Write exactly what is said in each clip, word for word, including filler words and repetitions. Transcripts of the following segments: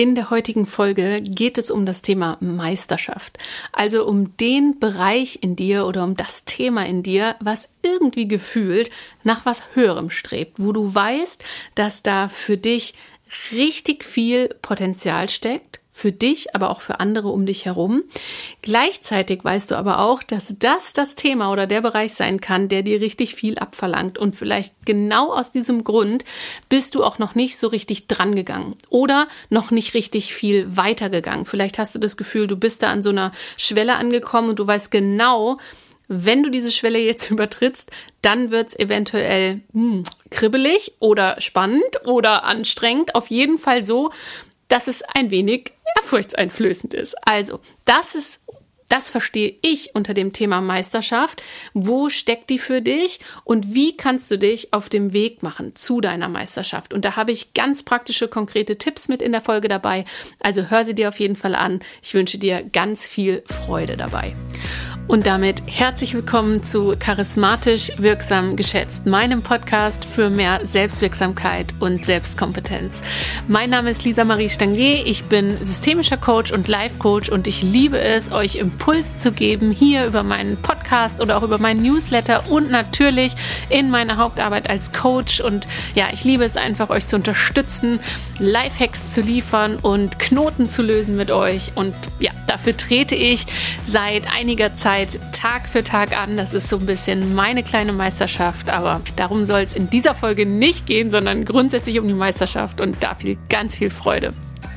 In der heutigen Folge geht es um das Thema Meisterschaft, also um den Bereich in dir oder um das Thema in dir, was irgendwie gefühlt nach was Höherem strebt, wo du weißt, dass da für dich richtig viel Potenzial steckt, für dich, aber auch für andere um dich herum. Gleichzeitig weißt du aber auch, dass das das Thema oder der Bereich sein kann, der dir richtig viel abverlangt. Und vielleicht genau aus diesem Grund bist du auch noch nicht so richtig dran gegangen oder noch nicht richtig viel weitergegangen. Vielleicht hast du das Gefühl, du bist da an so einer Schwelle angekommen und du weißt genau, wenn du diese Schwelle jetzt übertrittst, dann wird es eventuell hm, kribbelig oder spannend oder anstrengend. Auf jeden Fall so, dass es ein wenig ehrfurchtseinflößend ist. Also, das ist, das verstehe ich unter dem Thema Meisterschaft. Wo steckt die für dich und wie kannst du dich auf dem Weg machen zu deiner Meisterschaft? Und da habe ich ganz praktische, konkrete Tipps mit in der Folge dabei. Also hör sie dir auf jeden Fall an. Ich wünsche dir ganz viel Freude dabei. Und damit herzlich willkommen zu Charismatisch Wirksam Geschätzt, meinem Podcast für mehr Selbstwirksamkeit und Selbstkompetenz. Mein Name ist Lisa Marie Stangier, ich bin systemischer Coach und Life-Coach und ich liebe es, euch Impulse zu geben, hier über meinen Podcast oder auch über meinen Newsletter und natürlich in meiner Hauptarbeit als Coach. Und ja, ich liebe es einfach, euch zu unterstützen, Lifehacks zu liefern und Knoten zu lösen mit euch. Und ja, dafür trete ich seit einiger Zeit Tag für Tag an. Das ist so ein bisschen meine kleine Meisterschaft, aber darum soll es in dieser Folge nicht gehen, sondern grundsätzlich um die Meisterschaft und da viel, ganz viel Freude.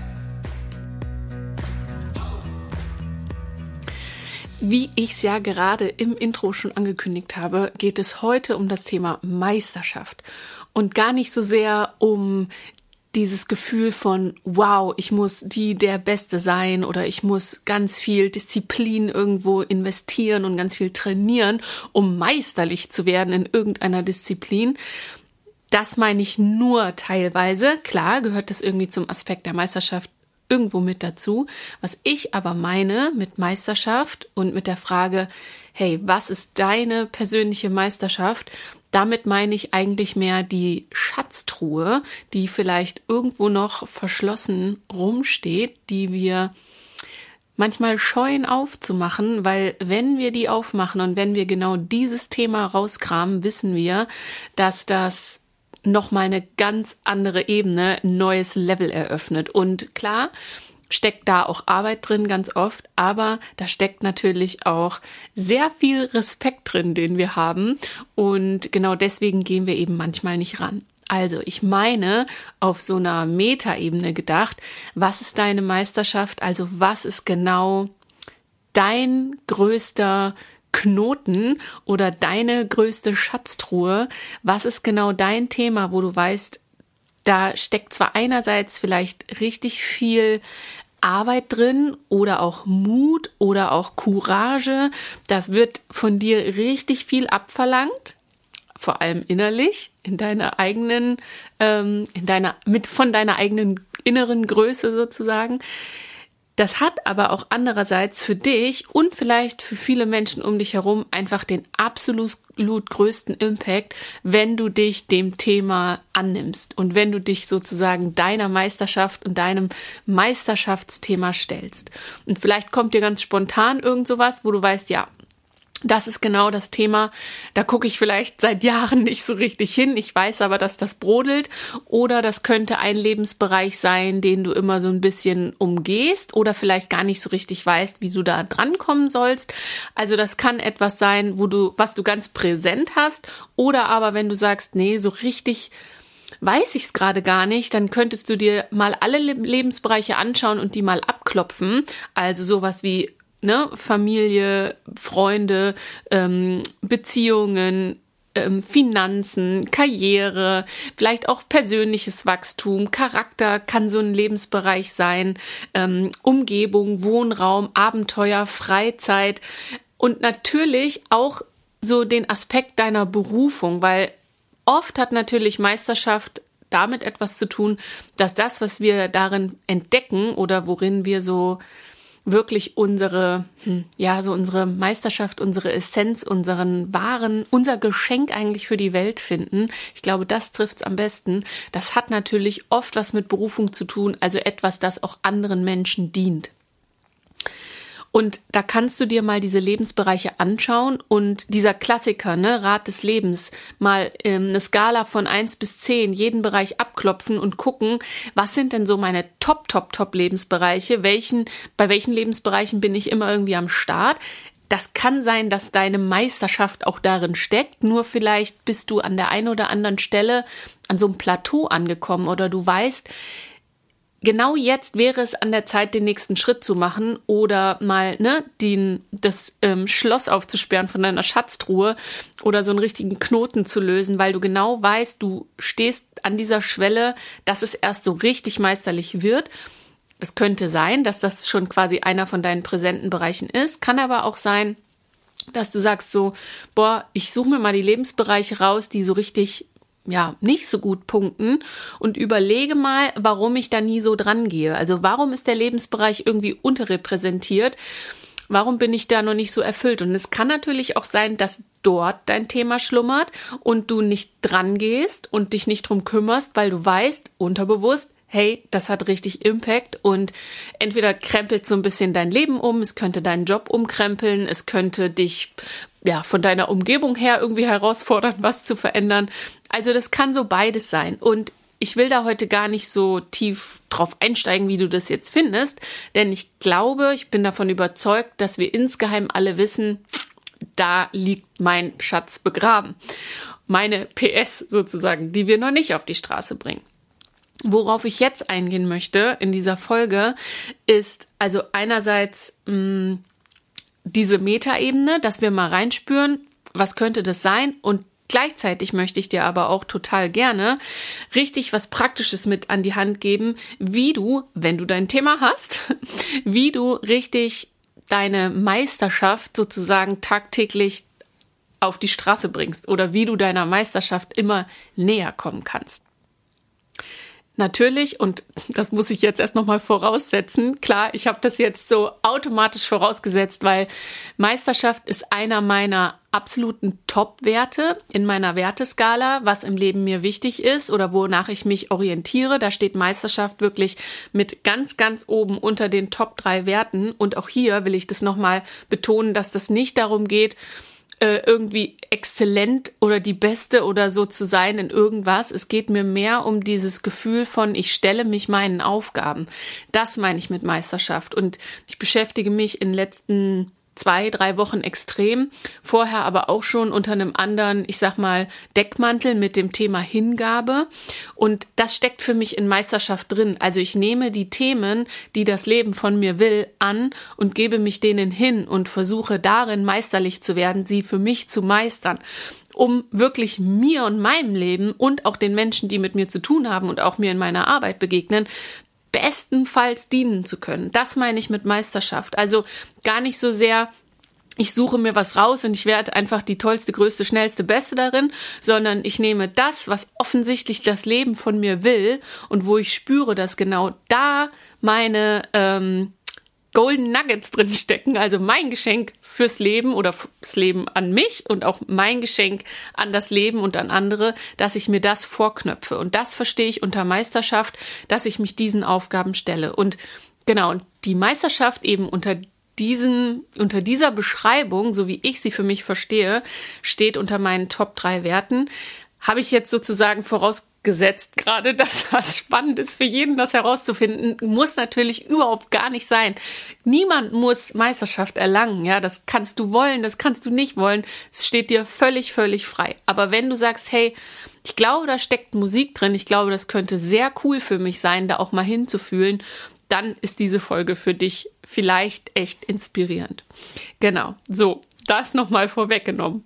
Wie ich es ja gerade im Intro schon angekündigt habe, geht es heute um das Thema Meisterschaft und gar nicht so sehr um dieses Gefühl von, wow, ich muss die der Beste sein oder ich muss ganz viel Disziplin irgendwo investieren und ganz viel trainieren, um meisterlich zu werden in irgendeiner Disziplin. Das meine ich nur teilweise. Klar gehört das irgendwie zum Aspekt der Meisterschaft irgendwo mit dazu. Was ich aber meine mit Meisterschaft und mit der Frage, hey, was ist deine persönliche Meisterschaft? Damit meine ich eigentlich mehr die Schatztruhe, die vielleicht irgendwo noch verschlossen rumsteht, die wir manchmal scheuen aufzumachen, weil wenn wir die aufmachen und wenn wir genau dieses Thema rauskramen, wissen wir, dass das nochmal eine ganz andere Ebene, ein neues Level eröffnet. Und klar, steckt da auch Arbeit drin, ganz oft, aber da steckt natürlich auch sehr viel Respekt drin, den wir haben und genau deswegen gehen wir eben manchmal nicht ran. Also ich meine, auf so einer Metaebene gedacht, was ist deine Meisterschaft, also was ist genau dein größter Knoten oder deine größte Schatztruhe, was ist genau dein Thema, wo du weißt, da steckt zwar einerseits vielleicht richtig viel Arbeit drin oder auch Mut oder auch Courage. Das wird von dir richtig viel abverlangt, vor allem innerlich, in deiner eigenen, ähm, in deiner, mit von deiner eigenen inneren Größe sozusagen. Das hat aber auch andererseits für dich und vielleicht für viele Menschen um dich herum einfach den absolut größten Impact, wenn du dich dem Thema annimmst und wenn du dich sozusagen deiner Meisterschaft und deinem Meisterschaftsthema stellst. Und vielleicht kommt dir ganz spontan irgend sowas, wo du weißt, ja, das ist genau das Thema, da gucke ich vielleicht seit Jahren nicht so richtig hin. Ich weiß aber, dass das brodelt oder das könnte ein Lebensbereich sein, den du immer so ein bisschen umgehst oder vielleicht gar nicht so richtig weißt, wie du da drankommen sollst. Also das kann etwas sein, wo du, was du ganz präsent hast oder aber wenn du sagst, nee, so richtig weiß ich es gerade gar nicht, dann könntest du dir mal alle Lebensbereiche anschauen und die mal abklopfen. Also sowas wie Ne, Familie, Freunde, ähm, Beziehungen, ähm, Finanzen, Karriere, vielleicht auch persönliches Wachstum, Charakter kann so ein Lebensbereich sein, ähm, Umgebung, Wohnraum, Abenteuer, Freizeit und natürlich auch so den Aspekt deiner Berufung, weil oft hat natürlich Meisterschaft damit etwas zu tun, dass das, was wir darin entdecken oder worin wir so wirklich unsere, ja, so unsere Meisterschaft, unsere Essenz, unseren wahren, unser Geschenk eigentlich für die Welt finden. Ich glaube, das trifft's am besten. Das hat natürlich oft was mit Berufung zu tun, also etwas, das auch anderen Menschen dient. Und da kannst du dir mal diese Lebensbereiche anschauen und dieser Klassiker, ne, Rat des Lebens, mal ähm, eine Skala von eins bis zehn, jeden Bereich abklopfen und gucken, was sind denn so meine Top, Top, Top Lebensbereiche, welchen, bei welchen Lebensbereichen bin ich immer irgendwie am Start. Das kann sein, dass deine Meisterschaft auch darin steckt, nur vielleicht bist du an der einen oder anderen Stelle an so einem Plateau angekommen oder du weißt, genau jetzt wäre es an der Zeit, den nächsten Schritt zu machen oder mal ne, den, das ähm, Schloss aufzusperren von deiner Schatztruhe oder so einen richtigen Knoten zu lösen, weil du genau weißt, du stehst an dieser Schwelle, dass es erst so richtig meisterlich wird. Es könnte sein, dass das schon quasi einer von deinen präsenten Bereichen ist, kann aber auch sein, dass du sagst so, boah, ich suche mir mal die Lebensbereiche raus, die so richtig ja, nicht so gut punkten und überlege mal, warum ich da nie so dran gehe. Also warum ist der Lebensbereich irgendwie unterrepräsentiert? Warum bin ich da noch nicht so erfüllt? Und es kann natürlich auch sein, dass dort dein Thema schlummert und du nicht dran gehst und dich nicht drum kümmerst, weil du weißt, unterbewusst, hey, das hat richtig Impact und entweder krempelt so ein bisschen dein Leben um, es könnte deinen Job umkrempeln, es könnte dich ja von deiner Umgebung her irgendwie herausfordern, was zu verändern. Also das kann so beides sein und ich will da heute gar nicht so tief drauf einsteigen, wie du das jetzt findest, denn ich glaube, ich bin davon überzeugt, dass wir insgeheim alle wissen, da liegt mein Schatz begraben. Meine P S sozusagen, die wir noch nicht auf die Straße bringen. Worauf ich jetzt eingehen möchte in dieser Folge, ist also einerseits mh, diese Metaebene, dass wir mal reinspüren, was könnte das sein und gleichzeitig möchte ich dir aber auch total gerne richtig was Praktisches mit an die Hand geben, wie du, wenn du dein Thema hast, wie du richtig deine Meisterschaft sozusagen tagtäglich auf die Straße bringst oder wie du deiner Meisterschaft immer näher kommen kannst. Natürlich, und das muss ich jetzt erst nochmal voraussetzen, klar, ich habe das jetzt so automatisch vorausgesetzt, weil Meisterschaft ist einer meiner absoluten Top-Werte in meiner Werteskala, was im Leben mir wichtig ist oder wonach ich mich orientiere. Da steht Meisterschaft wirklich mit ganz, ganz oben unter den Top drei Werten. Und auch hier will ich das nochmal betonen, dass das nicht darum geht, irgendwie exzellent oder die Beste oder so zu sein in irgendwas. Es geht mir mehr um dieses Gefühl von, ich stelle mich meinen Aufgaben. Das meine ich mit Meisterschaft. Und ich beschäftige mich in den letzten zwei, drei Wochen extrem, vorher aber auch schon unter einem anderen, ich sag mal, Deckmantel mit dem Thema Hingabe. Und das steckt für mich in Meisterschaft drin. Also ich nehme die Themen, die das Leben von mir will, an und gebe mich denen hin und versuche darin meisterlich zu werden, sie für mich zu meistern, um wirklich mir und meinem Leben und auch den Menschen, die mit mir zu tun haben und auch mir in meiner Arbeit begegnen, bestenfalls dienen zu können. Das meine ich mit Meisterschaft. Also gar nicht so sehr, ich suche mir was raus und ich werde einfach die tollste, größte, schnellste, beste darin, sondern ich nehme das, was offensichtlich das Leben von mir will und wo ich spüre, dass genau da meine ähm, Golden Nuggets drin stecken, also mein Geschenk fürs Leben oder fürs Leben an mich und auch mein Geschenk an das Leben und an andere, dass ich mir das vorknöpfe. Und das verstehe ich unter Meisterschaft, dass ich mich diesen Aufgaben stelle. Und genau, und die Meisterschaft eben unter diesen, unter dieser Beschreibung, so wie ich sie für mich verstehe, steht unter meinen Top drei Werten. Habe ich jetzt sozusagen vorausgesetzt, gerade dass das spannend ist für jeden, das herauszufinden, muss natürlich überhaupt gar nicht sein. Niemand muss Meisterschaft erlangen, ja, das kannst du wollen, das kannst du nicht wollen, es steht dir völlig, völlig frei. Aber wenn du sagst, hey, ich glaube, da steckt Musik drin, ich glaube, das könnte sehr cool für mich sein, da auch mal hinzufühlen, dann ist diese Folge für dich vielleicht echt inspirierend. Genau, so, das nochmal vorweggenommen.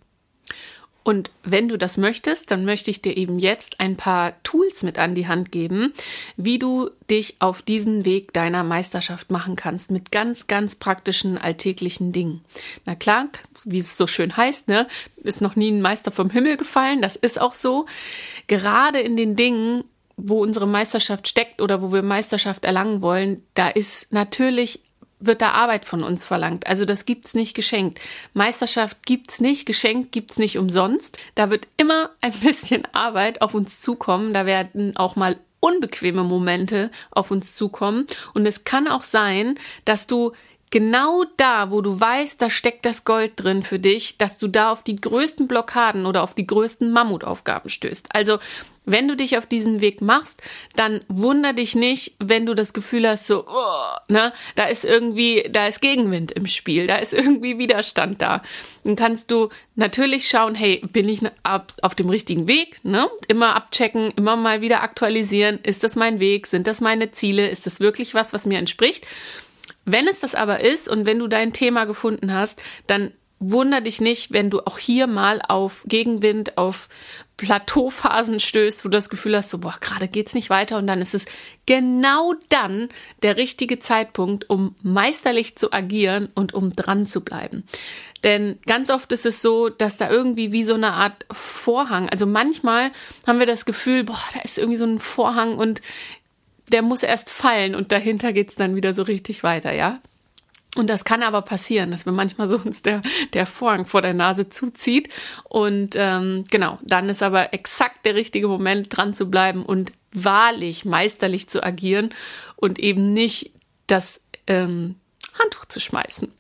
Und wenn du das möchtest, dann möchte ich dir eben jetzt ein paar Tools mit an die Hand geben, wie du dich auf diesen Weg deiner Meisterschaft machen kannst mit ganz, ganz praktischen alltäglichen Dingen. Na klar, wie es so schön heißt, ne, ist noch nie ein Meister vom Himmel gefallen, das ist auch so. Gerade in den Dingen, wo unsere Meisterschaft steckt oder wo wir Meisterschaft erlangen wollen, da ist natürlich wird da Arbeit von uns verlangt. Also das gibt's nicht geschenkt. Meisterschaft gibt's nicht, geschenkt gibt's nicht umsonst. Da wird immer ein bisschen Arbeit auf uns zukommen. Da werden auch mal unbequeme Momente auf uns zukommen. Und es kann auch sein, dass du genau da, wo du weißt, da steckt das Gold drin für dich, dass du da auf die größten Blockaden oder auf die größten Mammutaufgaben stößt. Also wenn du dich auf diesen Weg machst, dann wunder dich nicht, wenn du das Gefühl hast, so, oh, ne, da ist irgendwie, da ist Gegenwind im Spiel, da ist irgendwie Widerstand da. Dann kannst du natürlich schauen, hey, bin ich auf dem richtigen Weg, ne? Immer abchecken, immer mal wieder aktualisieren. Ist das mein Weg? Sind das meine Ziele? Ist das wirklich was, was mir entspricht? Wenn es das aber ist und wenn du dein Thema gefunden hast, dann wunder dich nicht, wenn du auch hier mal auf Gegenwind, auf Plateauphasen stößt, wo du das Gefühl hast, so, boah, gerade geht's nicht weiter, und dann ist es genau dann der richtige Zeitpunkt, um meisterlich zu agieren und um dran zu bleiben. Denn ganz oft ist es so, dass da irgendwie wie so eine Art Vorhang, also manchmal haben wir das Gefühl, boah, da ist irgendwie so ein Vorhang und der muss erst fallen und dahinter geht's dann wieder so richtig weiter, ja? Und das kann aber passieren, dass wir manchmal so uns der, der Vorhang vor der Nase zuzieht. Und ähm, genau, dann ist aber exakt der richtige Moment, dran zu bleiben und wahrlich, meisterlich zu agieren und eben nicht das ähm, Handtuch zu schmeißen.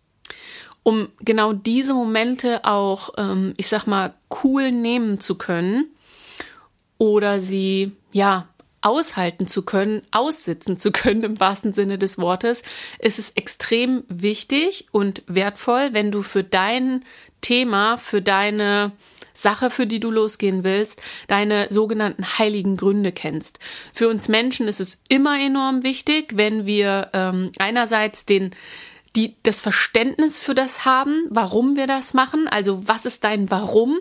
Um genau diese Momente auch, ähm, ich sag mal, cool nehmen zu können oder sie, ja, aushalten zu können, aussitzen zu können im wahrsten Sinne des Wortes, ist es extrem wichtig und wertvoll, wenn du für dein Thema, für deine Sache, für die du losgehen willst, deine sogenannten heiligen Gründe kennst. Für uns Menschen ist es immer enorm wichtig, wenn wir ähm, einerseits den die das Verständnis für das haben, warum wir das machen, also was ist dein Warum?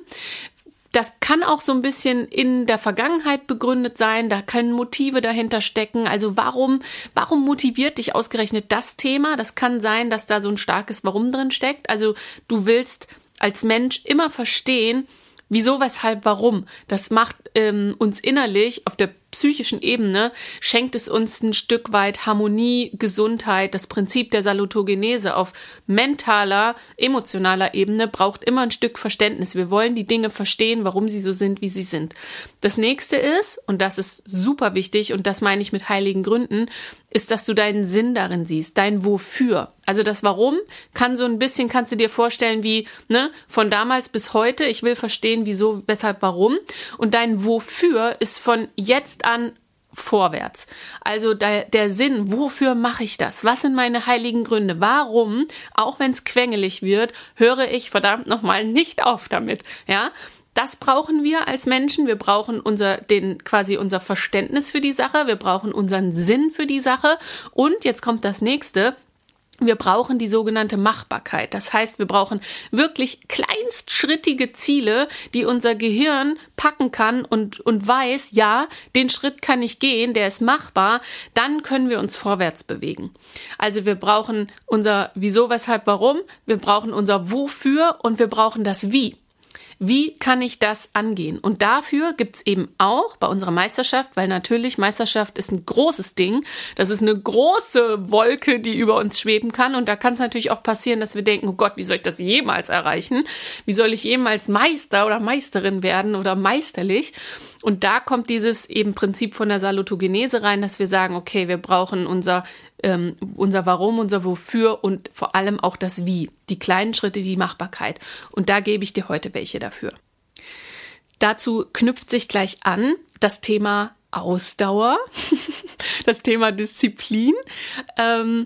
Das kann auch so ein bisschen in der Vergangenheit begründet sein, da können Motive dahinter stecken. Also warum, warum motiviert dich ausgerechnet das Thema? Das kann sein, dass da so ein starkes Warum drin steckt. Also du willst als Mensch immer verstehen, wieso, weshalb, warum. Das macht ähm, uns innerlich auf der psychischen Ebene, schenkt es uns ein Stück weit Harmonie, Gesundheit. Das Prinzip der Salutogenese auf mentaler, emotionaler Ebene braucht immer ein Stück Verständnis. Wir wollen die Dinge verstehen, warum sie so sind, wie sie sind. Das nächste ist, und das ist super wichtig, und das meine ich mit heiligen Gründen, ist, dass du deinen Sinn darin siehst, dein Wofür. Also das Warum kann so ein bisschen, kannst du dir vorstellen, wie ne, von damals bis heute, ich will verstehen, wieso, weshalb, warum. Und dein Wofür ist von jetzt an vorwärts. Also der, der Sinn, wofür mache ich das? Was sind meine heiligen Gründe? Warum, auch wenn es quengelig wird, höre ich verdammt nochmal nicht auf damit, ja? Das brauchen wir als Menschen. Wir brauchen unser, den, quasi unser Verständnis für die Sache. Wir brauchen unseren Sinn für die Sache. Und jetzt kommt das nächste. Wir brauchen die sogenannte Machbarkeit. Das heißt, wir brauchen wirklich kleinstschrittige Ziele, die unser Gehirn packen kann und, und weiß, ja, den Schritt kann ich gehen, der ist machbar, dann können wir uns vorwärts bewegen. Also wir brauchen unser Wieso, Weshalb, Warum, wir brauchen unser Wofür und wir brauchen das Wie. Wie kann ich das angehen? Und dafür gibt's eben auch bei unserer Meisterschaft, weil natürlich Meisterschaft ist ein großes Ding, das ist eine große Wolke, die über uns schweben kann, und da kann es natürlich auch passieren, dass wir denken, oh Gott, wie soll ich das jemals erreichen? Wie soll ich jemals Meister oder Meisterin werden oder meisterlich? Und da kommt dieses eben Prinzip von der Salutogenese rein, dass wir sagen, okay, wir brauchen unser ähm, unser Warum, unser Wofür und vor allem auch das Wie. Die kleinen Schritte, die Machbarkeit. Und da gebe ich dir heute welche dafür. Dazu knüpft sich gleich an das Thema Ausdauer, das Thema Disziplin. Ähm,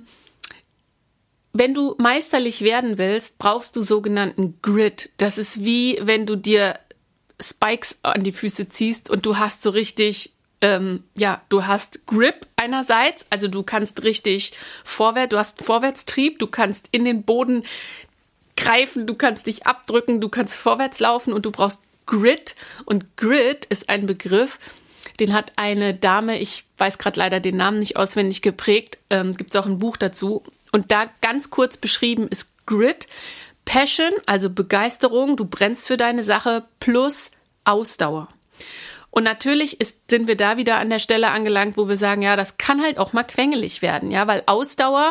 wenn du meisterlich werden willst, brauchst du sogenannten Grit. Das ist wie, wenn du dir Spikes an die Füße ziehst und du hast so richtig, ähm, ja, du hast Grip einerseits, also du kannst richtig vorwärts, du hast Vorwärtstrieb, du kannst in den Boden greifen, du kannst dich abdrücken, du kannst vorwärts laufen und du brauchst Grit. Und Grit ist ein Begriff, den hat eine Dame, ich weiß gerade leider den Namen nicht auswendig, geprägt, ähm, gibt es auch ein Buch dazu. Und da ganz kurz beschrieben ist Grit, Passion, also Begeisterung, du brennst für deine Sache, plus Ausdauer. Und natürlich ist, sind wir da wieder an der Stelle angelangt, wo wir sagen, ja, das kann halt auch mal quengelig werden, ja, weil Ausdauer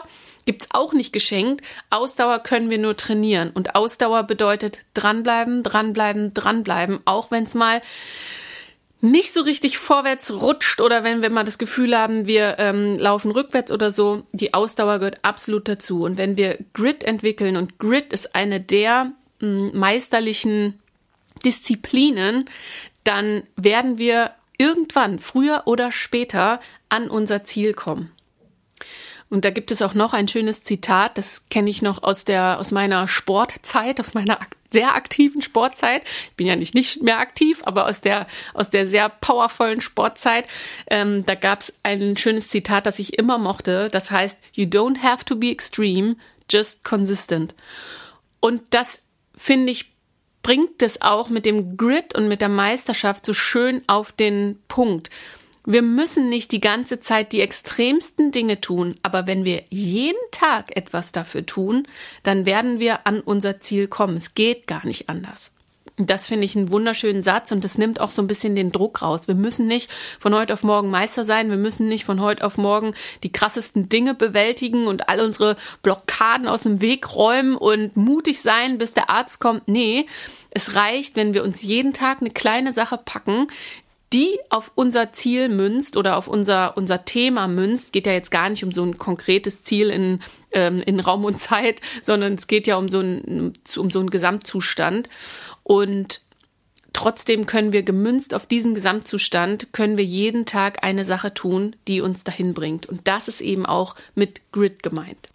Gibt's auch nicht geschenkt. Ausdauer können wir nur trainieren. Und Ausdauer bedeutet dranbleiben, dranbleiben, dranbleiben. Auch wenn es mal nicht so richtig vorwärts rutscht oder wenn wir mal das Gefühl haben, wir ähm, laufen rückwärts oder so. Die Ausdauer gehört absolut dazu. Und wenn wir Grit entwickeln, und Grit ist eine der mh, meisterlichen Disziplinen, dann werden wir irgendwann, früher oder später, an unser Ziel kommen. Und da gibt es auch noch ein schönes Zitat, das kenne ich noch aus der aus meiner Sportzeit, aus meiner ak- sehr aktiven Sportzeit. Ich bin ja nicht, nicht mehr aktiv, aber aus der aus der sehr powervollen Sportzeit. Ähm, da gab es ein schönes Zitat, das ich immer mochte. Das heißt, you don't have to be extreme, just consistent. Und das, finde ich, bringt es auch mit dem Grit und mit der Meisterschaft so schön auf den Punkt. Wir müssen nicht die ganze Zeit die extremsten Dinge tun, aber wenn wir jeden Tag etwas dafür tun, dann werden wir an unser Ziel kommen. Es geht gar nicht anders. Das finde ich einen wunderschönen Satz und das nimmt auch so ein bisschen den Druck raus. Wir müssen nicht von heute auf morgen Meister sein, wir müssen nicht von heute auf morgen die krassesten Dinge bewältigen und all unsere Blockaden aus dem Weg räumen und mutig sein, bis der Arzt kommt. Nee, es reicht, wenn wir uns jeden Tag eine kleine Sache packen, die auf unser Ziel münzt oder auf unser, unser Thema münzt. Geht ja jetzt gar nicht um so ein konkretes Ziel in, ähm, in Raum und Zeit, sondern es geht ja um so ein, um so einen Gesamtzustand. Und trotzdem können wir gemünzt auf diesen Gesamtzustand, können wir jeden Tag eine Sache tun, die uns dahin bringt. Und das ist eben auch mit Grit gemeint.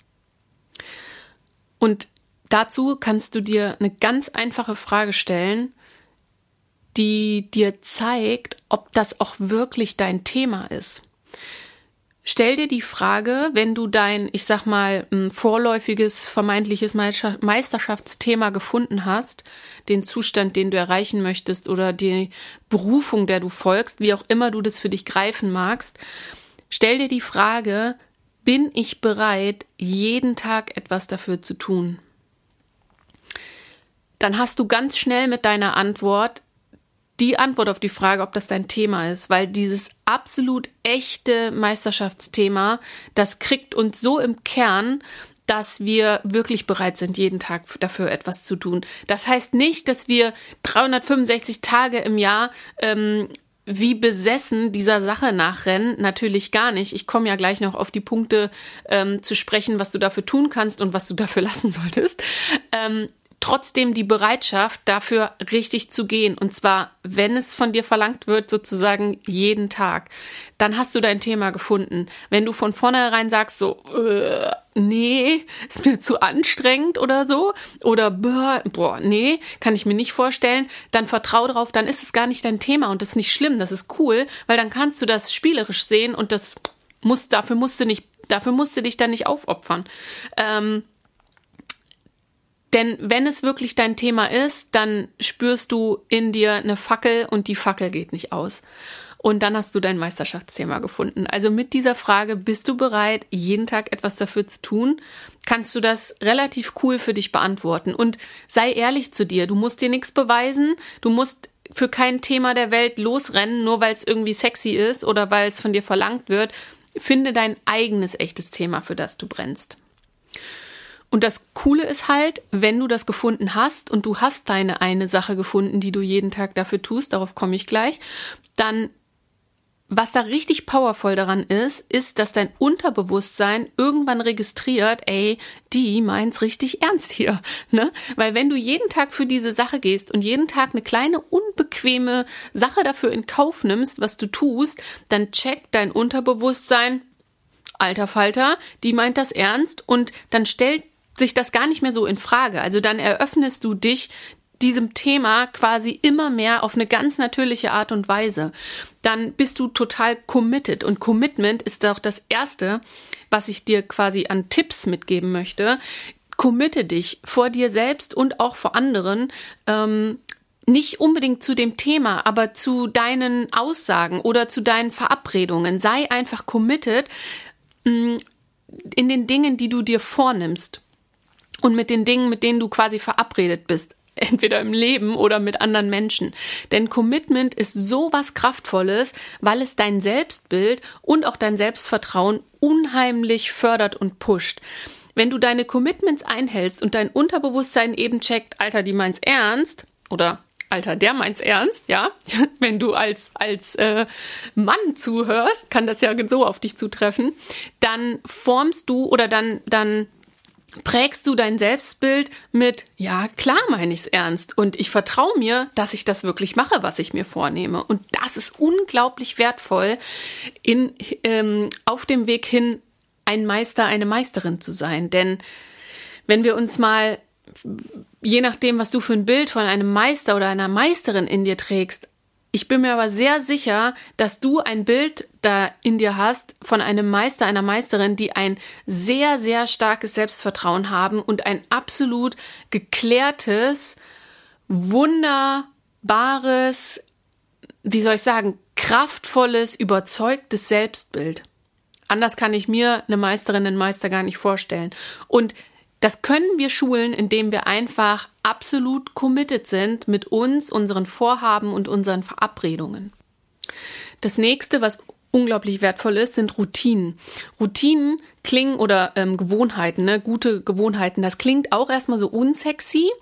Und dazu kannst du dir eine ganz einfache Frage stellen, die dir zeigt, ob das auch wirklich dein Thema ist. Stell dir die Frage, wenn du dein, ich sag mal, vorläufiges, vermeintliches Meisterschaftsthema gefunden hast, den Zustand, den du erreichen möchtest oder die Berufung, der du folgst, wie auch immer du das für dich greifen magst, stell dir die Frage, bin ich bereit, jeden Tag etwas dafür zu tun? Dann hast du ganz schnell mit deiner Antwort die Antwort auf die Frage, ob das dein Thema ist, weil dieses absolut echte Meisterschaftsthema, das kriegt uns so im Kern, dass wir wirklich bereit sind, jeden Tag dafür etwas zu tun. Das heißt nicht, dass wir dreihundertfünfundsechzig Tage im Jahr ähm, wie besessen dieser Sache nachrennen. Natürlich gar nicht. Ich komme ja gleich noch auf die Punkte ähm, zu sprechen, was du dafür tun kannst und was du dafür lassen solltest. Ähm, Trotzdem die Bereitschaft, dafür richtig zu gehen. Und zwar, wenn es von dir verlangt wird, sozusagen jeden Tag. Dann hast du dein Thema gefunden. Wenn du von vornherein sagst, so, äh, nee, ist mir zu anstrengend oder so, oder boah, nee, kann ich mir nicht vorstellen, dann vertrau drauf, dann ist es gar nicht dein Thema und das ist nicht schlimm, das ist cool, weil dann kannst du das spielerisch sehen und das muss, dafür musst du nicht, dafür musst du dich dann nicht aufopfern. Ähm, Denn wenn es wirklich dein Thema ist, dann spürst du in dir eine Fackel und die Fackel geht nicht aus. Und dann hast du dein Meisterschaftsthema gefunden. Also mit dieser Frage, bist du bereit, jeden Tag etwas dafür zu tun? Kannst du das relativ cool für dich beantworten. Und sei ehrlich zu dir, du musst dir nichts beweisen, du musst für kein Thema der Welt losrennen, nur weil es irgendwie sexy ist oder weil es von dir verlangt wird. Finde dein eigenes echtes Thema, für das du brennst. Und das Coole ist halt, wenn du das gefunden hast und du hast deine eine Sache gefunden, die du jeden Tag dafür tust, darauf komme ich gleich, dann, was da richtig powerful daran ist, ist, dass dein Unterbewusstsein irgendwann registriert, ey, die meint's richtig ernst hier, ne? Weil wenn du jeden Tag für diese Sache gehst und jeden Tag eine kleine unbequeme Sache dafür in Kauf nimmst, was du tust, dann checkt dein Unterbewusstsein, alter Falter, die meint das ernst und dann stellt sich das gar nicht mehr so in Frage. Also dann eröffnest du dich diesem Thema quasi immer mehr auf eine ganz natürliche Art und Weise. Dann bist du total committed. Und Commitment ist auch das Erste, was ich dir quasi an Tipps mitgeben möchte. Committe dich vor dir selbst und auch vor anderen, ähm, nicht unbedingt zu dem Thema, aber zu deinen Aussagen oder zu deinen Verabredungen. Sei einfach committed mh, in den Dingen, die du dir vornimmst. Und mit den Dingen, mit denen du quasi verabredet bist, entweder im Leben oder mit anderen Menschen. Denn Commitment ist so was Kraftvolles, weil es dein Selbstbild und auch dein Selbstvertrauen unheimlich fördert und pusht. wenn du deine Commitments einhältst und dein Unterbewusstsein eben checkt, Alter, die meint's ernst, oder Alter, der meint's ernst, ja, wenn du als, als äh, Mann zuhörst, kann das ja so auf dich zutreffen, dann formst du oder dann, dann prägst du dein Selbstbild mit, ja, klar meine ich's ernst und ich vertraue mir, dass ich das wirklich mache, was ich mir vornehme. Und das ist unglaublich wertvoll, in, ähm, auf dem Weg hin, ein Meister, eine Meisterin zu sein. Denn wenn wir uns mal, je nachdem, was du für ein Bild von einem Meister oder einer Meisterin in dir trägst, ich bin mir aber sehr sicher, dass du ein Bild da in dir hast von einem Meister, einer Meisterin, die ein sehr, sehr starkes Selbstvertrauen haben und ein absolut geklärtes, wunderbares, wie soll ich sagen, kraftvolles, überzeugtes Selbstbild. Anders kann ich mir eine Meisterin, einen Meister gar nicht vorstellen. Und das können wir schulen, indem wir einfach absolut committed sind mit uns, unseren Vorhaben und unseren Verabredungen. Das nächste, was unglaublich wertvoll ist, sind Routinen. Routinen klingen oder ähm, Gewohnheiten, ne? Gute Gewohnheiten. Das klingt auch erstmal so unsexy.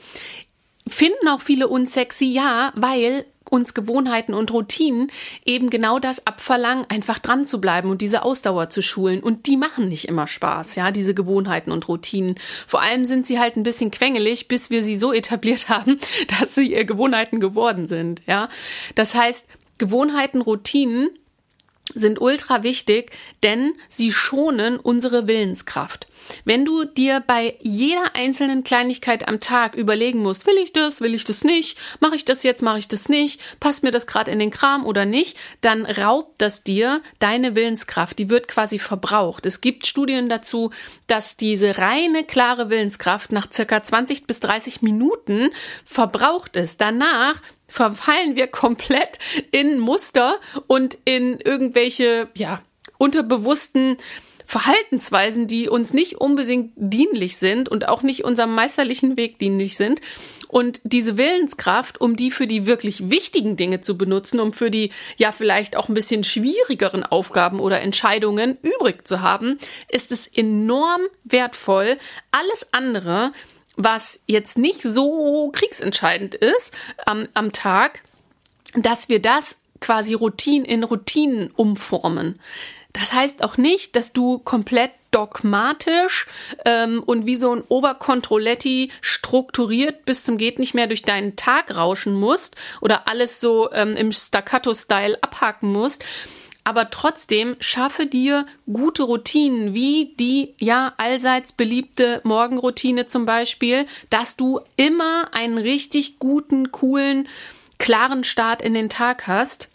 Finden auch viele unsexy, ja, weil uns Gewohnheiten und Routinen eben genau das abverlangen, einfach dran zu bleiben und diese Ausdauer zu schulen. Und die machen nicht immer Spaß, ja, diese Gewohnheiten und Routinen. Vor allem sind sie halt ein bisschen quengelig, bis wir sie so etabliert haben, dass sie ihr Gewohnheiten geworden sind, ja. Das heißt, Gewohnheiten, Routinen sind ultra wichtig, denn sie schonen unsere Willenskraft. Wenn du dir bei jeder einzelnen Kleinigkeit am Tag überlegen musst, will ich das, will ich das nicht, mache ich das jetzt, mache ich das nicht, passt mir das gerade in den Kram oder nicht, dann raubt das dir deine Willenskraft, die wird quasi verbraucht. Es gibt Studien dazu, dass diese reine, klare Willenskraft nach circa zwanzig bis dreißig Minuten verbraucht ist. Danach verfallen wir komplett in Muster und in irgendwelche, ja, unterbewussten Verhaltensweisen, die uns nicht unbedingt dienlich sind und auch nicht unserem meisterlichen Weg dienlich sind. Und diese Willenskraft, um die für die wirklich wichtigen Dinge zu benutzen, um für die ja vielleicht auch ein bisschen schwierigeren Aufgaben oder Entscheidungen übrig zu haben, ist es enorm wertvoll. Alles andere, was jetzt nicht so kriegsentscheidend ist am, am Tag, dass wir das quasi Routine in Routinen umformen. Das heißt auch nicht, dass du komplett dogmatisch ähm, und wie so ein Oberkontrolletti strukturiert bis zum geht nicht mehr durch deinen Tag rauschen musst oder alles so ähm, im Staccato-Style abhaken musst. Aber trotzdem schaffe dir gute Routinen, wie die ja allseits beliebte Morgenroutine zum Beispiel, dass du immer einen richtig guten, coolen, klaren Start in den Tag hast.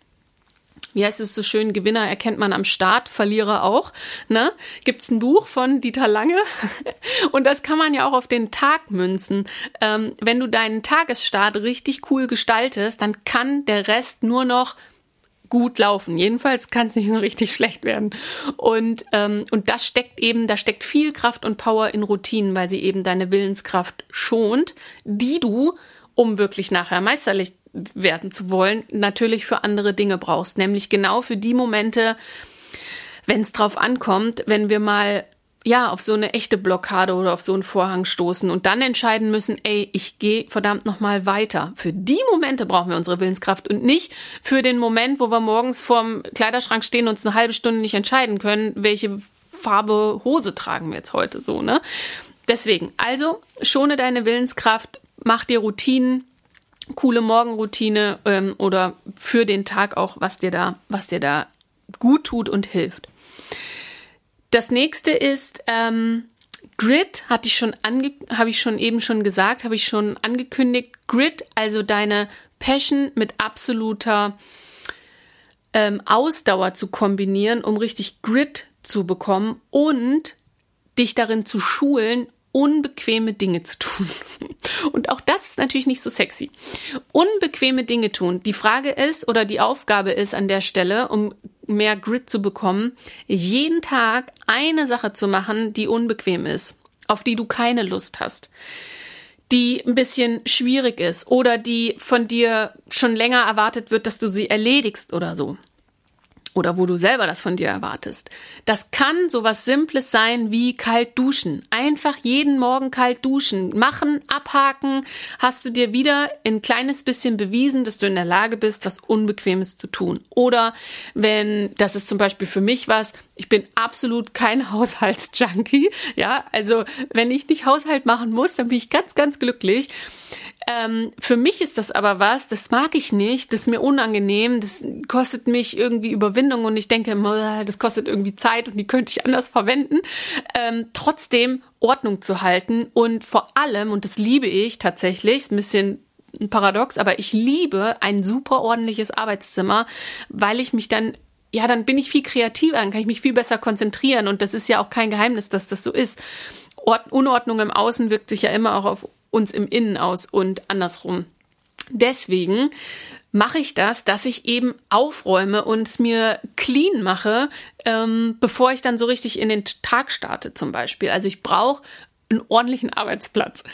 Wie heißt es so schön, Gewinner erkennt man am Start, Verlierer auch. Ne? Gibt's ein Buch von Dieter Lange und das kann man ja auch auf den Tag münzen. Ähm, wenn du deinen Tagesstart richtig cool gestaltest, dann kann der Rest nur noch gut laufen. Jedenfalls kann es nicht so richtig schlecht werden. Und, ähm, und das steckt eben, da steckt viel Kraft und Power in Routinen, weil sie eben deine Willenskraft schont, die du, um wirklich nachher meisterlich werden zu wollen, natürlich für andere Dinge brauchst. Nämlich genau für die Momente, wenn es drauf ankommt, wenn wir mal ja auf so eine echte Blockade oder auf so einen Vorhang stoßen und dann entscheiden müssen, ey, ich gehe verdammt nochmal weiter. Für die Momente brauchen wir unsere Willenskraft und nicht für den Moment, wo wir morgens vorm Kleiderschrank stehen und uns eine halbe Stunde nicht entscheiden können, welche Farbe Hose tragen wir jetzt heute so, ne? Deswegen, also schone deine Willenskraft, mach dir Routinen, coole Morgenroutine ähm, oder für den Tag auch, was dir da, was dir da gut tut und hilft. Das nächste ist ähm, Grit, hatte ich schon ange- habe ich schon eben schon gesagt, habe ich schon angekündigt. Grit, also deine Passion mit absoluter ähm, Ausdauer zu kombinieren, um richtig Grit zu bekommen und dich darin zu schulen, unbequeme Dinge zu tun. Und auch das ist natürlich nicht so sexy. Unbequeme Dinge tun. Die Frage ist oder die Aufgabe ist an der Stelle, um mehr Grit zu bekommen, jeden Tag eine Sache zu machen, die unbequem ist, auf die du keine Lust hast, die ein bisschen schwierig ist oder die von dir schon länger erwartet wird, dass du sie erledigst oder so. oder wo du selber das von dir erwartest. Das kann sowas Simples sein wie kalt duschen. Einfach jeden Morgen kalt duschen. Machen, abhaken, hast du dir wieder ein kleines bisschen bewiesen, dass du in der Lage bist, was Unbequemes zu tun. Oder wenn, das ist zum Beispiel für mich was, ich bin absolut kein Haushaltsjunkie. Ja, also wenn ich nicht Haushalt machen muss, dann bin ich ganz, ganz glücklich. Ähm, für mich ist das aber was, das mag ich nicht, das ist mir unangenehm, das kostet mich irgendwie Überwindung und ich denke, das kostet irgendwie Zeit und die könnte ich anders verwenden. Ähm, trotzdem Ordnung zu halten und vor allem, und das liebe ich tatsächlich, ist ein bisschen paradox, aber ich liebe ein super ordentliches Arbeitszimmer, weil ich mich dann ja, dann bin ich viel kreativer, dann kann ich mich viel besser konzentrieren und das ist ja auch kein Geheimnis, dass das so ist. Ord- Unordnung im Außen wirkt sich ja immer auch auf uns im Innen aus und andersrum. Deswegen mache ich das, dass ich eben aufräume und es mir clean mache, ähm, bevor ich dann so richtig in den Tag starte zum Beispiel. Also ich brauche einen ordentlichen Arbeitsplatz.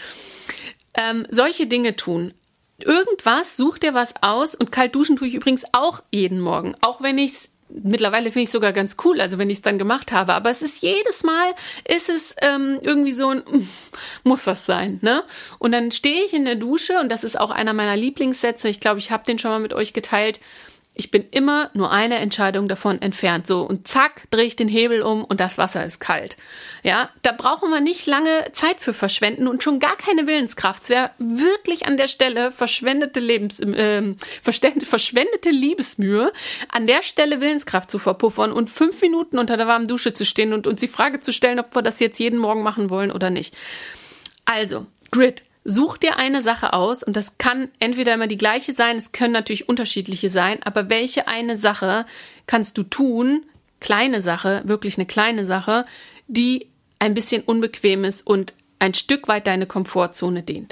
Ähm, solche Dinge tun. Irgendwas, such dir was aus und kalt duschen tue ich übrigens auch jeden Morgen, auch wenn ich es mittlerweile finde ich es sogar ganz cool, also wenn ich es dann gemacht habe. Aber es ist jedes Mal, ist es ähm, irgendwie so ein, muss das sein, ne? Und dann stehe ich in der Dusche und das ist auch einer meiner Lieblingssätze. Ich glaube, ich habe den schon mal mit euch geteilt. Ich bin immer nur eine Entscheidung davon entfernt. So, und zack, drehe ich den Hebel um und das Wasser ist kalt. Ja, da brauchen wir nicht lange Zeit für verschwenden und schon gar keine Willenskraft. Es wäre wirklich an der Stelle verschwendete Lebens, äh, verschwendete Liebesmühe, an der Stelle Willenskraft zu verpuffern und fünf Minuten unter der warmen Dusche zu stehen und uns die Frage zu stellen, ob wir das jetzt jeden Morgen machen wollen oder nicht. Also, Grid. Such dir eine Sache aus und das kann entweder immer die gleiche sein, es können natürlich unterschiedliche sein, aber welche eine Sache kannst du tun, kleine Sache, wirklich eine kleine Sache, die ein bisschen unbequem ist und ein Stück weit deine Komfortzone dehnt.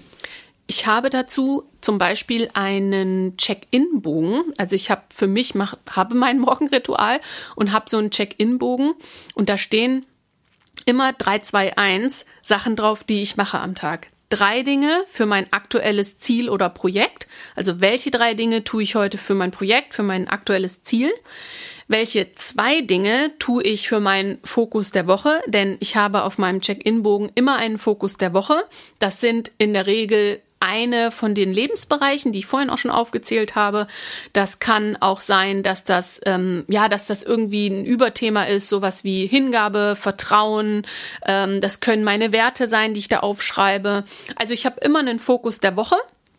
Ich habe dazu zum Beispiel einen Check-in-Bogen, also ich habe für mich, mach, habe mein Morgenritual und habe so einen Check-in-Bogen und da stehen immer drei, zwei, eins Sachen drauf, die ich mache am Tag. Drei Dinge für mein aktuelles Ziel oder Projekt. Also welche drei Dinge tue ich heute für mein Projekt, für mein aktuelles Ziel? Welche zwei Dinge tue ich für meinen Fokus der Woche? Denn ich habe auf meinem Check-in-Bogen immer einen Fokus der Woche. Das sind in der Regel eine von den Lebensbereichen, die ich vorhin auch schon aufgezählt habe. Das kann auch sein, dass das, ähm, ja, dass das irgendwie ein Überthema ist, sowas wie Hingabe, Vertrauen. Ähm, das können meine Werte sein, die ich da aufschreibe. Also ich habe immer einen Fokus der Woche.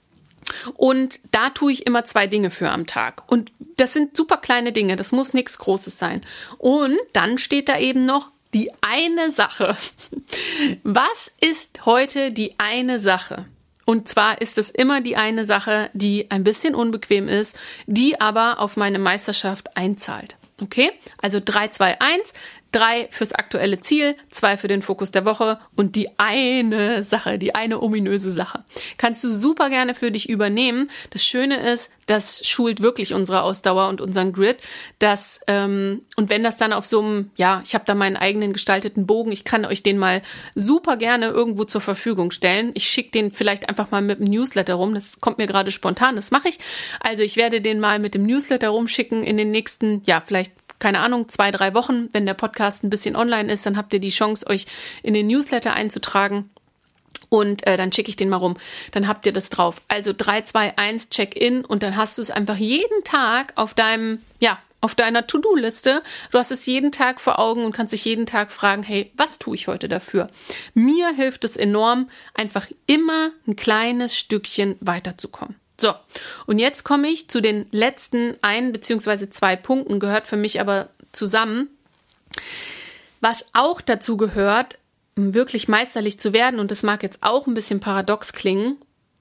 Und da tue ich immer zwei Dinge für am Tag. Und das sind super kleine Dinge, das muss nichts Großes sein. Und dann steht da eben noch die eine Sache. Was ist heute die eine Sache? Und zwar ist es immer die eine Sache, die ein bisschen unbequem ist, die aber auf meine Meisterschaft einzahlt. Okay? Also drei, zwei, eins. Drei fürs aktuelle Ziel, zwei für den Fokus der Woche und die eine Sache, die eine ominöse Sache. Kannst du super gerne für dich übernehmen. Das Schöne ist, das schult wirklich unsere Ausdauer und unseren Grid. Das, ähm, und wenn das dann auf so einem, ja, ich habe da meinen eigenen gestalteten Bogen, ich kann euch den mal super gerne irgendwo zur Verfügung stellen. Ich schicke den vielleicht einfach mal mit dem Newsletter rum. Das kommt mir gerade spontan, das mache ich. Also ich werde den mal mit dem Newsletter rumschicken in den nächsten, ja, vielleicht keine Ahnung, zwei, drei Wochen, wenn der Podcast ein bisschen online ist, dann habt ihr die Chance, euch in den Newsletter einzutragen und äh, dann schicke ich den mal rum. Dann habt ihr das drauf. Also drei, zwei, eins, Check-in und dann hast du es einfach jeden Tag auf deinem, ja, auf deiner To-Do-Liste. Du hast es jeden Tag vor Augen und kannst dich jeden Tag fragen, hey, was tue ich heute dafür? Mir hilft es enorm, einfach immer ein kleines Stückchen weiterzukommen. So, und jetzt komme ich zu den letzten ein beziehungsweise zwei Punkten, gehört für mich aber zusammen. Was auch dazu gehört, wirklich meisterlich zu werden, und das mag jetzt auch ein bisschen paradox klingen,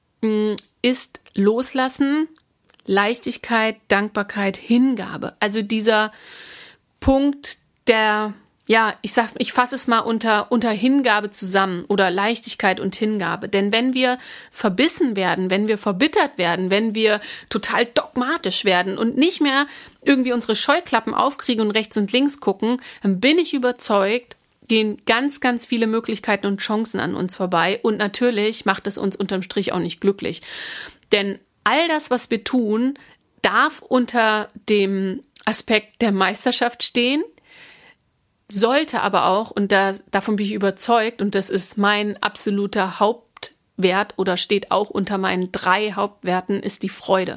ist Loslassen, Leichtigkeit, Dankbarkeit, Hingabe. Also dieser Punkt der, ja, ich sag's, ich fasse es mal unter, unter Hingabe zusammen oder Leichtigkeit und Hingabe. Denn wenn wir verbissen werden, wenn wir verbittert werden, wenn wir total dogmatisch werden und nicht mehr irgendwie unsere Scheuklappen aufkriegen und rechts und links gucken, dann bin ich überzeugt, gehen ganz, ganz viele Möglichkeiten und Chancen an uns vorbei. Und natürlich macht es uns unterm Strich auch nicht glücklich. Denn all das, was wir tun, darf unter dem Aspekt der Meisterschaft stehen, sollte aber auch, und da, davon bin ich überzeugt, und das ist mein absoluter Hauptwert oder steht auch unter meinen drei Hauptwerten, ist die Freude.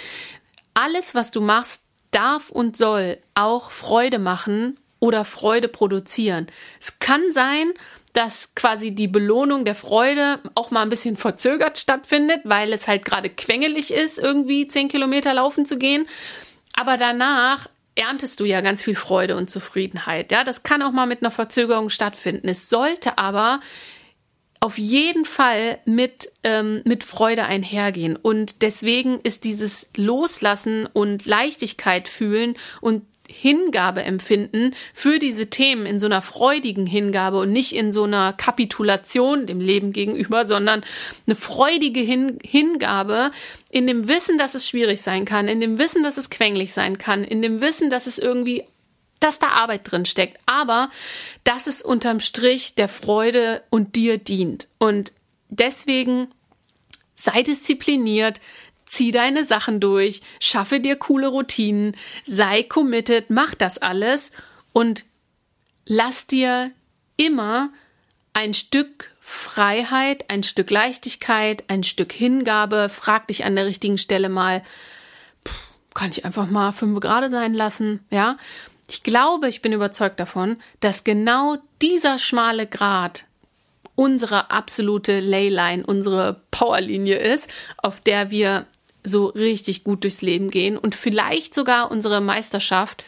Alles, was du machst, darf und soll auch Freude machen oder Freude produzieren. Es kann sein, dass quasi die Belohnung der Freude auch mal ein bisschen verzögert stattfindet, weil es halt gerade quengelig ist, irgendwie zehn Kilometer laufen zu gehen. Aber danach erntest du ja ganz viel Freude und Zufriedenheit. Ja, das kann auch mal mit einer Verzögerung stattfinden. Es sollte aber auf jeden Fall mit, ähm, mit Freude einhergehen. Und deswegen ist dieses Loslassen und Leichtigkeit fühlen und Hingabe empfinden für diese Themen in so einer freudigen Hingabe und nicht in so einer Kapitulation dem Leben gegenüber, sondern eine freudige Hin- Hingabe in dem Wissen, dass es schwierig sein kann, in dem Wissen, dass es quengelig sein kann, in dem Wissen, dass es irgendwie, dass da Arbeit drin steckt, aber dass es unterm Strich der Freude und dir dient. Und deswegen sei diszipliniert, zieh deine Sachen durch, schaffe dir coole Routinen, sei committed, mach das alles und lass dir immer ein Stück Freiheit, ein Stück Leichtigkeit, ein Stück Hingabe. Frag dich an der richtigen Stelle mal, pff, kann ich einfach mal fünf Grad sein lassen, ja? Ich glaube, ich bin überzeugt davon, dass genau dieser schmale Grat unsere absolute Leyline, unsere Powerlinie ist, auf der wir so richtig gut durchs Leben gehen und vielleicht sogar unsere Meisterschaft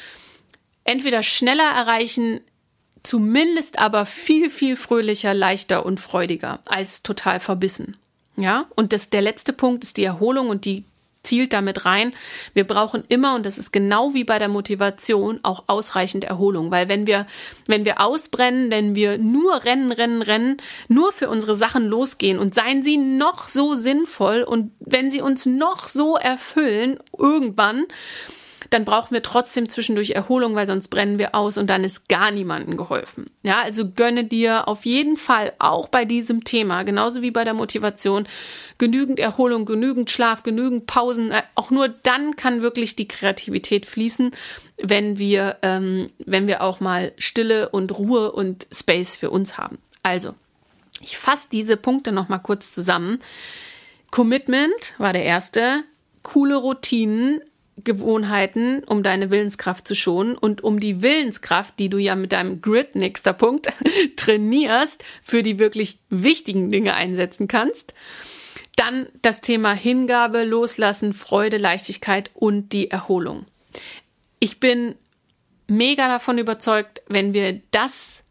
entweder schneller erreichen, zumindest aber viel, viel fröhlicher, leichter und freudiger als total verbissen. Ja, und das, der letzte Punkt ist die Erholung und die zielt damit rein. Wir brauchen immer, und das ist genau wie bei der Motivation, auch ausreichend Erholung, weil wenn wir, wenn wir ausbrennen, wenn wir nur rennen, rennen, rennen, nur für unsere Sachen losgehen und seien sie noch so sinnvoll und wenn sie uns noch so erfüllen, irgendwann, dann brauchen wir trotzdem zwischendurch Erholung, weil sonst brennen wir aus und dann ist gar niemandem geholfen. Ja, also gönne dir auf jeden Fall auch bei diesem Thema, genauso wie bei der Motivation, genügend Erholung, genügend Schlaf, genügend Pausen. Auch nur dann kann wirklich die Kreativität fließen, wenn wir, ähm, wenn wir auch mal Stille und Ruhe und Space für uns haben. Also, ich fasse diese Punkte noch mal kurz zusammen. Commitment war der erste, coole Routinen, Gewohnheiten, um deine Willenskraft zu schonen und um die Willenskraft, die du ja mit deinem Grid, nächster Punkt, trainierst, für die wirklich wichtigen Dinge einsetzen kannst. Dann das Thema Hingabe, Loslassen, Freude, Leichtigkeit und die Erholung. Ich bin mega davon überzeugt, wenn wir das,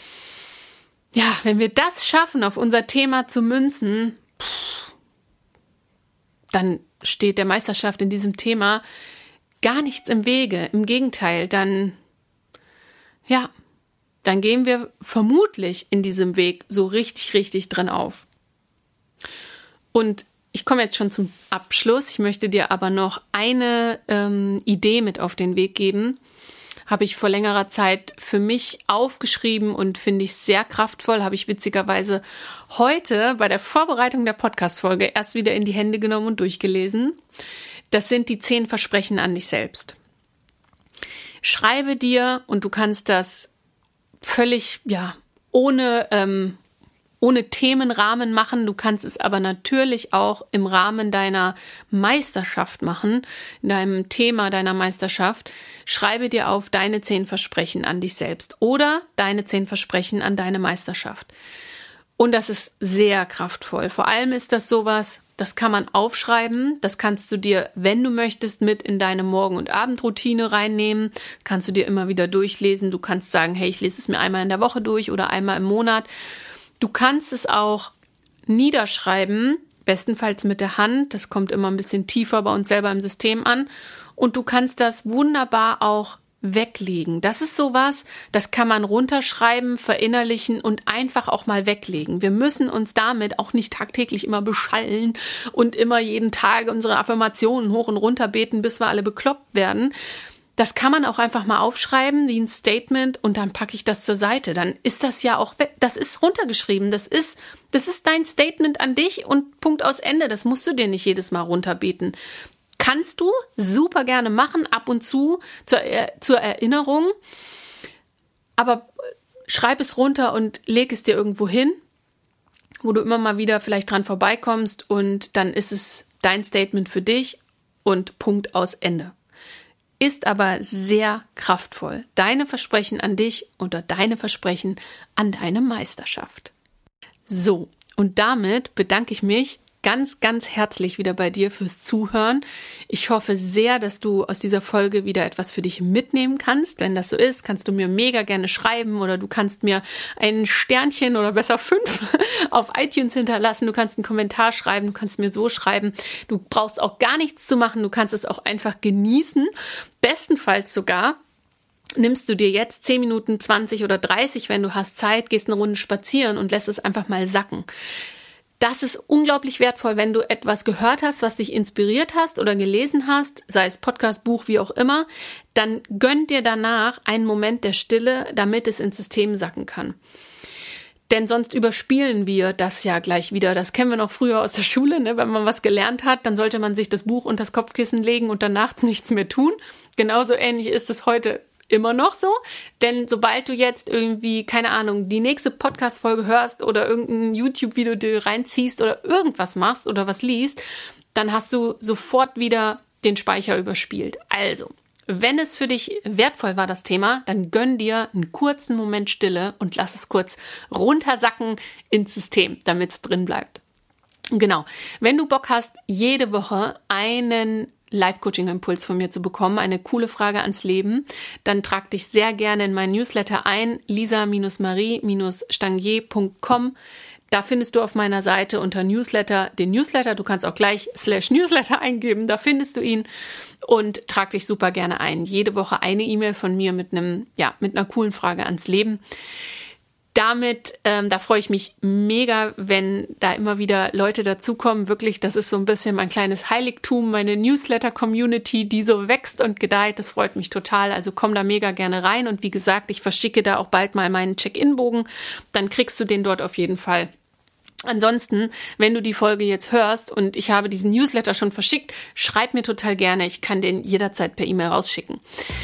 ja, wenn wir das schaffen, auf unser Thema zu münzen, dann steht der Meisterschaft in diesem Thema gar nichts im Wege. Im Gegenteil, dann, ja, dann gehen wir vermutlich in diesem Weg so richtig, richtig drin auf. Und ich komme jetzt schon zum Abschluss. Ich möchte dir aber noch eine ähm, Idee mit auf den Weg geben. Habe ich vor längerer Zeit für mich aufgeschrieben und finde ich sehr kraftvoll. Habe ich witzigerweise heute bei der Vorbereitung der Podcast-Folge erst wieder in die Hände genommen und durchgelesen. Das sind die zehn Versprechen an dich selbst. Schreibe dir, und du kannst das völlig, ja, ohne, ähm, ohne Themenrahmen machen. Du kannst es aber natürlich auch im Rahmen deiner Meisterschaft machen, in deinem Thema deiner Meisterschaft. Schreibe dir auf deine zehn Versprechen an dich selbst oder deine zehn Versprechen an deine Meisterschaft. Und das ist sehr kraftvoll. Vor allem ist das sowas, das kann man aufschreiben. Das kannst du dir, wenn du möchtest, mit in deine Morgen- und Abendroutine reinnehmen. Das kannst du dir immer wieder durchlesen. Du kannst sagen, hey, ich lese es mir einmal in der Woche durch oder einmal im Monat. Du kannst es auch niederschreiben, bestenfalls mit der Hand. Das kommt immer ein bisschen tiefer bei uns selber im System an. Und du kannst das wunderbar auch weglegen. Das ist sowas, das kann man runterschreiben, verinnerlichen und einfach auch mal weglegen. Wir müssen uns damit auch nicht tagtäglich immer beschallen und immer jeden Tag unsere Affirmationen hoch und runter beten, bis wir alle bekloppt werden. Das kann man auch einfach mal aufschreiben, wie ein Statement, und dann packe ich das zur Seite. Dann ist das ja auch, das ist runtergeschrieben. Das ist, das ist dein Statement an dich und Punkt aus Ende. Das musst du dir nicht jedes Mal runterbeten. Kannst du super gerne machen, ab und zu zur, zur Erinnerung, aber schreib es runter und leg es dir irgendwo hin, wo du immer mal wieder vielleicht dran vorbeikommst und dann ist es dein Statement für dich und Punkt aus Ende. Ist aber sehr kraftvoll. Deine Versprechen an dich oder deine Versprechen an deine Meisterschaft. So, und damit bedanke ich mich ganz, ganz herzlich wieder bei dir fürs Zuhören. Ich hoffe sehr, dass du aus dieser Folge wieder etwas für dich mitnehmen kannst. Wenn das so ist, kannst du mir mega gerne schreiben oder du kannst mir ein Sternchen oder besser fünf auf iTunes hinterlassen. Du kannst einen Kommentar schreiben, du kannst mir so schreiben. Du brauchst auch gar nichts zu machen, du kannst es auch einfach genießen. Bestenfalls sogar nimmst du dir jetzt zehn Minuten, zwanzig oder dreißig, wenn du hast Zeit, gehst eine Runde spazieren und lässt es einfach mal sacken. Das ist unglaublich wertvoll, wenn du etwas gehört hast, was dich inspiriert hast oder gelesen hast, sei es Podcast, Buch, wie auch immer, dann gönn dir danach einen Moment der Stille, damit es ins System sacken kann. Denn sonst überspielen wir das ja gleich wieder. Das kennen wir noch früher aus der Schule, ne? Wenn man was gelernt hat, dann sollte man sich das Buch unter das Kopfkissen legen und danach nichts mehr tun. Genauso ähnlich ist es heute immer noch so, denn sobald du jetzt irgendwie, keine Ahnung, die nächste Podcast-Folge hörst oder irgendein YouTube-Video dir reinziehst oder irgendwas machst oder was liest, dann hast du sofort wieder den Speicher überspielt. Also, wenn es für dich wertvoll war, das Thema, dann gönn dir einen kurzen Moment Stille und lass es kurz runtersacken ins System, damit es drin bleibt. Genau. Wenn du Bock hast, jede Woche einen Live-Coaching-Impuls von mir zu bekommen, eine coole Frage ans Leben, dann trag dich sehr gerne in meinen Newsletter ein, lisa marie stangier punkt com. Da findest du auf meiner Seite unter Newsletter den Newsletter. Du kannst auch gleich slash Newsletter eingeben, da findest du ihn und trag dich super gerne ein. Jede Woche eine E-Mail von mir mit einem, ja, mit einer coolen Frage ans Leben. Damit, ähm, da freue ich mich mega, wenn da immer wieder Leute dazukommen. Wirklich, das ist so ein bisschen mein kleines Heiligtum, meine Newsletter-Community, die so wächst und gedeiht. Das freut mich total. Also komm da mega gerne rein. Und wie gesagt, ich verschicke da auch bald mal meinen Check-in-Bogen. Dann kriegst du den dort auf jeden Fall. Ansonsten, wenn du die Folge jetzt hörst und ich habe diesen Newsletter schon verschickt, schreib mir total gerne. Ich kann den jederzeit per E-Mail rausschicken.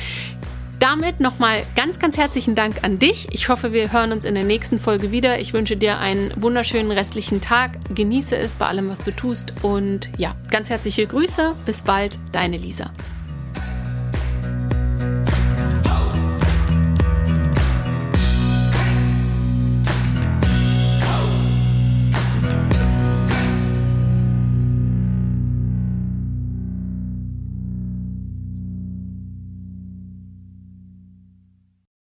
Damit nochmal ganz, ganz herzlichen Dank an dich. Ich hoffe, wir hören uns in der nächsten Folge wieder. Ich wünsche dir einen wunderschönen restlichen Tag. Genieße es bei allem, was du tust. Und ja, ganz herzliche Grüße. Bis bald, deine Lisa.